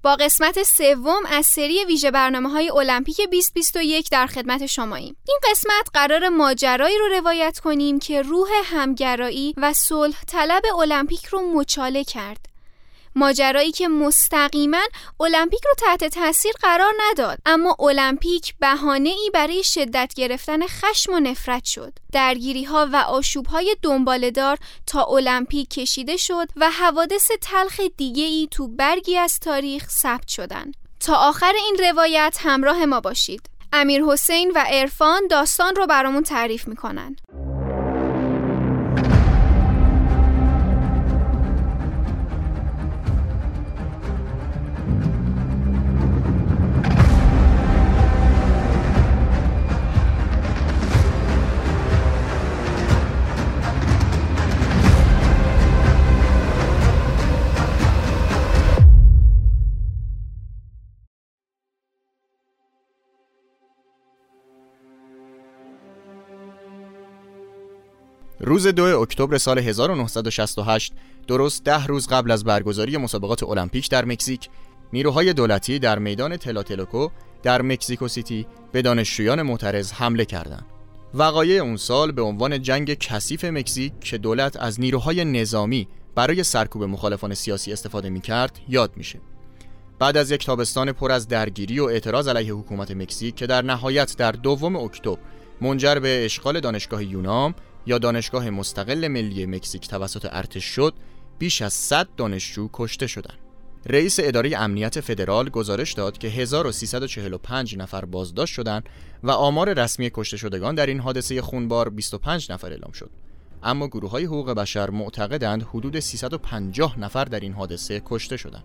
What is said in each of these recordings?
با قسمت سوم از سری ویژه برنامه‌های المپیک 2021 در خدمت شماییم. این قسمت قرار ماجرایی رو روایت کنیم که روح همگرایی و صلح طلب المپیک رو مچاله کرد. ماجرایی که مستقیما المپیک رو تحت تاثیر قرار نداد، اما المپیک بهانه‌ای برای شدت گرفتن خشم و نفرت شد. درگیری‌ها و آشوب‌های دنباله‌دار تا المپیک کشیده شد و حوادث تلخ دیگه‌ای تو برگی از تاریخ ثبت شدن. تا آخر این روایت همراه ما باشید. امیرحسین و عرفان داستان رو برامون تعریف می‌کنن. روز 2 اکتبر سال 1968 درست 10 روز قبل از برگزاری مسابقات المپیک در مکزیک، نیروهای دولتی در میدان تلاتلوکو در مکزیکو سیتی به دانشجویان معترض حمله کردند. وقایع اون سال به عنوان جنگ کثیف مکزیک که دولت از نیروهای نظامی برای سرکوب مخالفان سیاسی استفاده می‌کرد یاد میشه. بعد از یک تابستان پر از درگیری و اعتراض علیه حکومت مکزیک که در نهایت در 2 اکتبر منجر به اشغال دانشگاه یونام یا دانشگاه مستقل ملی مکزیک توسط ارتش شد، بیش از 100 دانشجو کشته شدند. رئیس اداره امنیت فدرال گزارش داد که 1345 نفر بازداشت شدند و آمار رسمی کشته شدگان در این حادثه خونبار 25 نفر اعلام شد. اما گروه‌های حقوق بشر معتقدند حدود 350 نفر در این حادثه کشته شدند.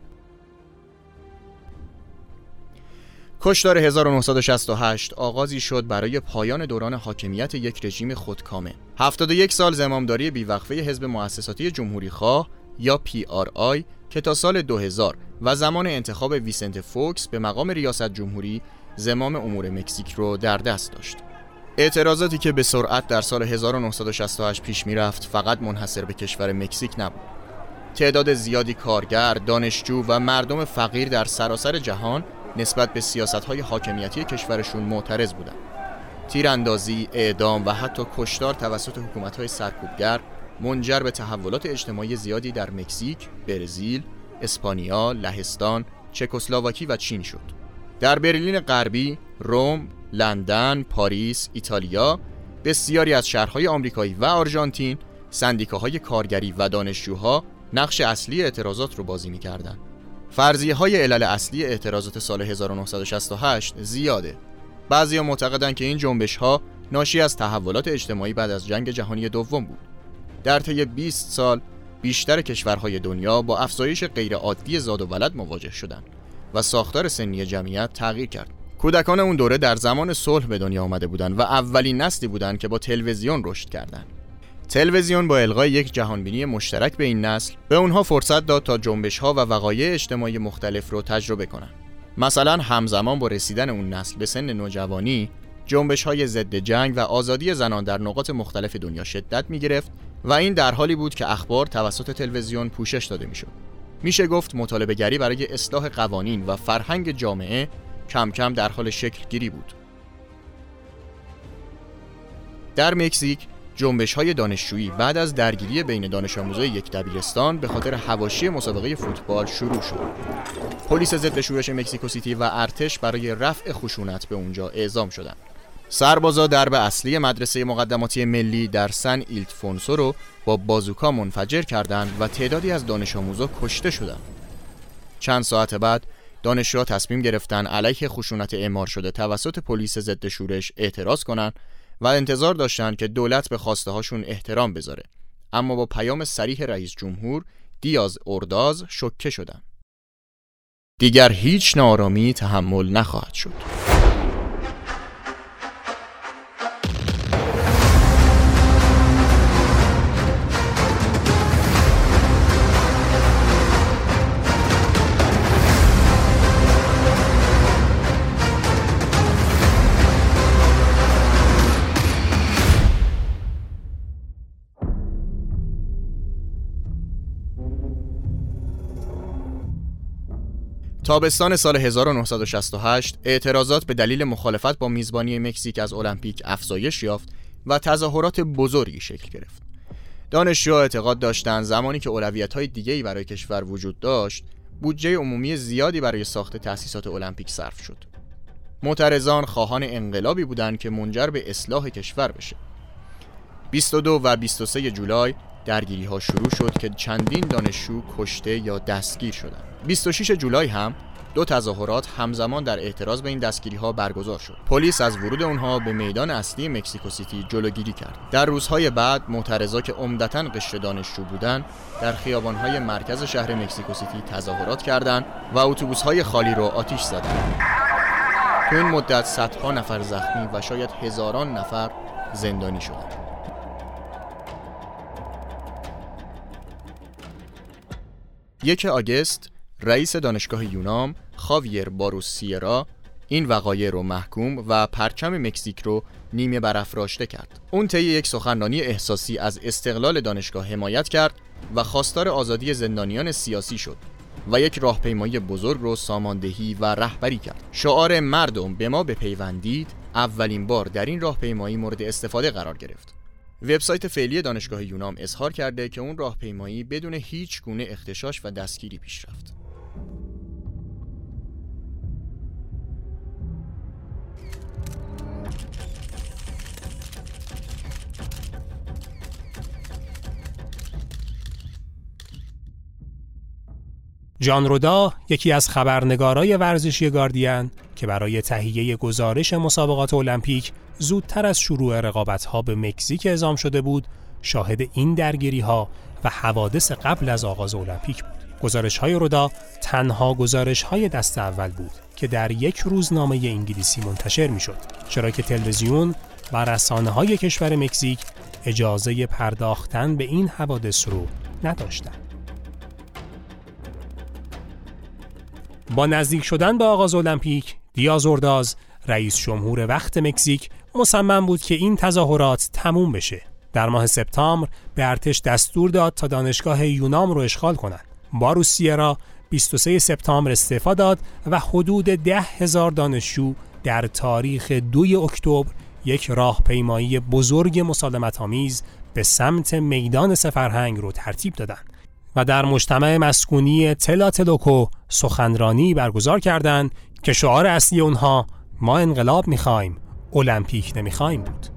کشتار 1968 آغازی شد برای پایان دوران حاکمیت یک رژیم خودکامه. 71 سال زمامداری بیوقفه حزب مؤسساتی جمهوری‌خواه یا PRI که تا سال 2000 و زمان انتخاب ویسنت فوکس به مقام ریاست جمهوری زمام امور مکزیک رو در دست داشت. اعتراضاتی که به سرعت در سال 1968 پیش می‌رفت فقط منحصر به کشور مکزیک نبود. تعداد زیادی کارگر، دانشجو و مردم فقیر در سراسر جهان نسبت به سیاست‌های حاکمیتی کشورشون معترض بودند. تیراندازی، اعدام و حتی کشتار توسط حکومت‌های سرکوبگر منجر به تحولات اجتماعی زیادی در مکزیک، برزیل، اسپانیا، لهستان، چکسلواکی و چین شد. در برلین غربی، روم، لندن، پاریس، ایتالیا، بسیاری از شهرهای آمریکایی و آرژانتین، سندیکاهای کارگری و دانشجوها نقش اصلی اعتراضات رو بازی می‌کردند. فرضیه‌های علل اصلی اعتراضات سال 1968 زیاده. بعضیا معتقدند که این جنبش‌ها ناشی از تحولات اجتماعی بعد از جنگ جهانی دوم بود. در طی 20 سال بیشتر کشورهای دنیا با افزایش غیرعادی زاد و ولد مواجه شدند و ساختار سنی جمعیت تغییر کرد. کودکان اون دوره در زمان صلح به دنیا آمده بودند و اولین نسلی بودند که با تلویزیون رشد کردند. تلویزیون با الغای یک جهانبینی مشترک به این نسل به اونها فرصت داد تا جنبش‌ها و وقایع اجتماعی مختلف رو تجربه کنند. مثلا همزمان با رسیدن اون نسل به سن نوجوانی، جنبش‌های ضد جنگ و آزادی زنان در نقاط مختلف دنیا شدت می‌گرفت و این در حالی بود که اخبار توسط تلویزیون پوشش داده می‌شد. میشه گفت مطالبه‌گری برای اصلاح قوانین و فرهنگ جامعه کم کم در حال شکل گیری بود. در مکزیک جنبش‌های دانشجویی بعد از درگیری بین دانش آموزای یک دبیرستان به خاطر حواشی مسابقه فوتبال شروع شد. پلیس ضد شورش مکزیکو سیتی و ارتش برای رفع خشونت به اونجا اعزام شدند. سربازا درب اصلی مدرسه مقدماتی ملی در سن ایلدفونسو رو با بازوکا منفجر کردند و تعدادی از دانش آموزا کشته شدند. چند ساعت بعد دانشجوها تصمیم گرفتن علیه خشونت اعمار شده توسط پلیس ضد شورش اعتراض کنند و انتظار داشتند که دولت به خواسته هاشون احترام بذاره، اما با پیام صریح رئیس جمهور دیاز اورداز شوکه شدند. دیگر هیچ ناآرامی تحمل نخواهد شد. تابستان سال 1968 اعتراضات به دلیل مخالفت با میزبانی مکزیک از المپیک افزایش یافت و تظاهرات بزرگی شکل گرفت. دانشجوها اعتقاد داشتند زمانی که اولویت‌های دیگه‌ای برای کشور وجود داشت، بودجه عمومی زیادی برای ساخت تأسیسات المپیک صرف شد. معترضان خواهان انقلابی بودند که منجر به اصلاح کشور بشه. 22 و 23 جولای درگیری‌ها شروع شد که چندین دانشجو کشته یا دستگیر شدند. 26 جولای هم 2 تظاهرات همزمان در اعتراض به این دستگیری‌ها برگزار شد. پلیس از ورود اونها به میدان اصلی مکزیکو سیتی جلوگیری کرد. در روزهای بعد معترضا که عمدتاً قشر دانشجو بودند، در خیابان‌های مرکز شهر مکزیکو سیتی تظاهرات کردند و اتوبوس‌های خالی رو آتش زدند. تو این مدت صدها نفر زخمی و شاید هزاران نفر زندانی شدند. 1 آگوست رئیس دانشگاه یونام خاویر باروسیرا این وقایع رو محکوم و پرچم مکزیک رو نیمه برافراشته کرد. اون طی یک سخنرانی احساسی از استقلال دانشگاه حمایت کرد و خواستار آزادی زندانیان سیاسی شد و یک راهپیمایی بزرگ رو ساماندهی و رهبری کرد. شعار مردم به ما بپیوندید اولین بار در این راهپیمایی مورد استفاده قرار گرفت. وبسایت فعلی دانشگاه یونام اظهار کرده که اون راهپیمایی بدون هیچ گونه اغتشاش و دستگیری پیش رفت. ژان رودا، یکی از خبرنگارای ورزشی گاردین که برای تهیه گزارش مسابقات المپیک زودتر از شروع رقابت‌ها به مکزیک اعزام شده بود، شاهد این درگیری‌ها و حوادث قبل از آغاز المپیک بود. گزارش‌های رودا تنها گزارش‌های دست اول بود که در یک روزنامه انگلیسی منتشر می‌شد، چرا که تلویزیون و رسانه‌های کشور مکزیک اجازه پرداختن به این حوادث رو نداشتند. با نزدیک شدن به آغاز المپیک، دیاز اورداز، رئیس جمهور وقت مکزیک، مصمم بود که این تظاهرات تموم بشه. در ماه سپتامبر به ارتش دستور داد تا دانشگاه یونام رو اشغال کنند. باروسیرا 23 سپتامبر استعفا داد و حدود 10,000 دانشجو در تاریخ 2 اکتبر یک راهپیمایی بزرگ مسالمت‌آمیز به سمت میدان سفرهنگ رو ترتیب دادند و در مجتمع مسکونی تلاتلوکو سخنرانی برگزار کردند که شعار اصلی اونها ما انقلاب می‌خوایم، المپیک نمی‌خوایم بود.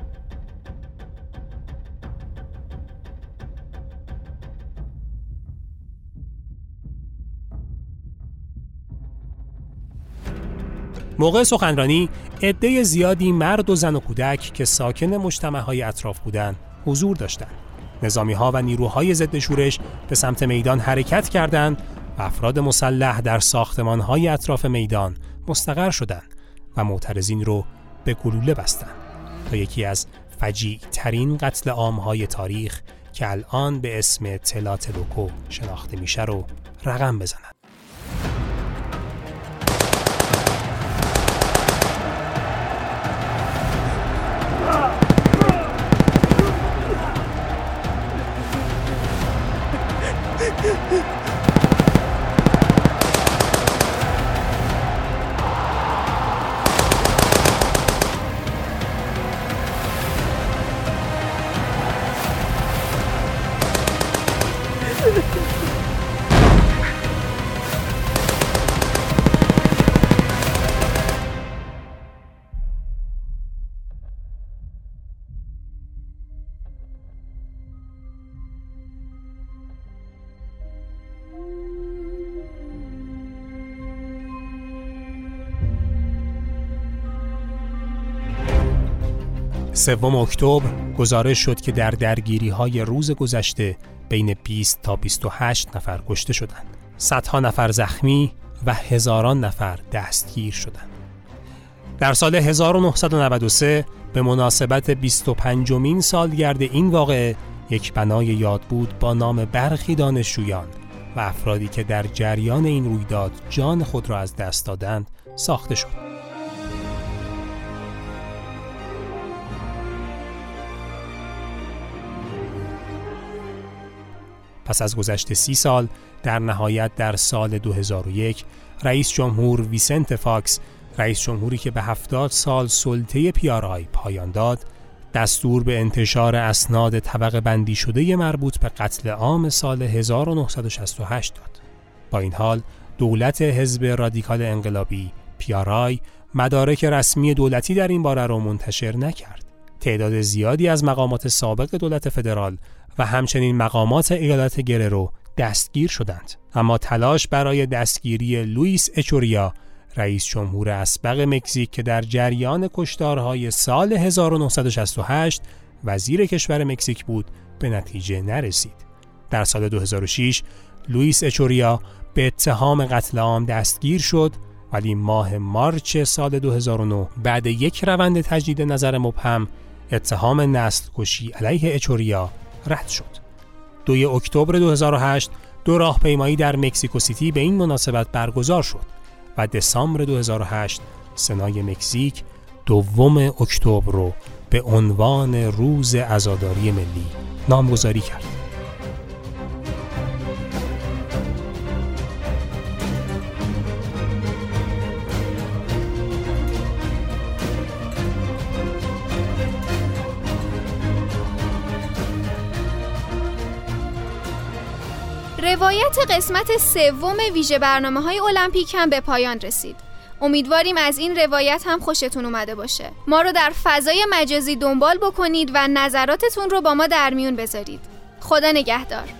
موقع سخنرانی عده زیادی مرد و زن و کودک که ساکن مجتمع‌های اطراف بودند حضور داشتند. نظامی‌ها و نیروهای ضد شورش به سمت میدان حرکت کردند و افراد مسلح در ساختمان‌های اطراف میدان مستقر شدند و معترضین رو به گلوله بستند تا یکی از فجیع‌ترین قتل عام‌های تاریخ که الان به اسم تلاتلوکو شناخته میشه رو رقم بزنند. سوم اکتبر گزارش شد که در درگیری‌های روز گذشته بین 20 تا 28 نفر کشته شدند. صدها نفر زخمی و هزاران نفر دستگیر شدند. در سال 1993 به مناسبت 25مین سالگرد این واقعه یک بنای یادبود با نام برخی دانشجویان و افرادی که در جریان این رویداد جان خود را از دست دادند ساخته شد. پس از گذشت 30 سال در نهایت در سال 2001 رئیس جمهور ویسنت فاکس، رئیس جمهوری که به 70 سال سلطه پیارای پایان داد، دستور به انتشار اسناد طبقه بندی شده مربوط به قتل عام سال 1968 داد. با این حال دولت حزب رادیکال انقلابی پیارای مدارک رسمی دولتی در این باره را منتشر نکرد. تعداد زیادی از مقامات سابق دولت فدرال و همچنین مقامات ایالت گررو دستگیر شدند. اما تلاش برای دستگیری لوئیس اچوریا، رئیس جمهور اسبق مکزیک که در جریان کشتارهای سال 1968 وزیر کشور مکزیک بود، به نتیجه نرسید. در سال 2006 لوئیس اچوریا به اتهام قتل عام دستگیر شد، ولی ماه مارچ سال 2009 بعد یک روند تجدید نظر مبهم اتهام نسل کشی علیه اچوریا رد شد. 2 اکتبر 2008 2 راهپیمایی در مکزیکو سیتی به این مناسبت برگزار شد و دسامبر 2008 سنای مکزیک 2 اکتبر رو به عنوان روز عزاداری ملی نامگذاری کرد. روایت قسمت 3 ویژه برنامه‌های المپیک هم به پایان رسید. امیدواریم از این روایت هم خوشتون اومده باشه. ما رو در فضای مجازی دنبال بکنید و نظراتتون رو با ما در میون بذارید. خدا نگهدار.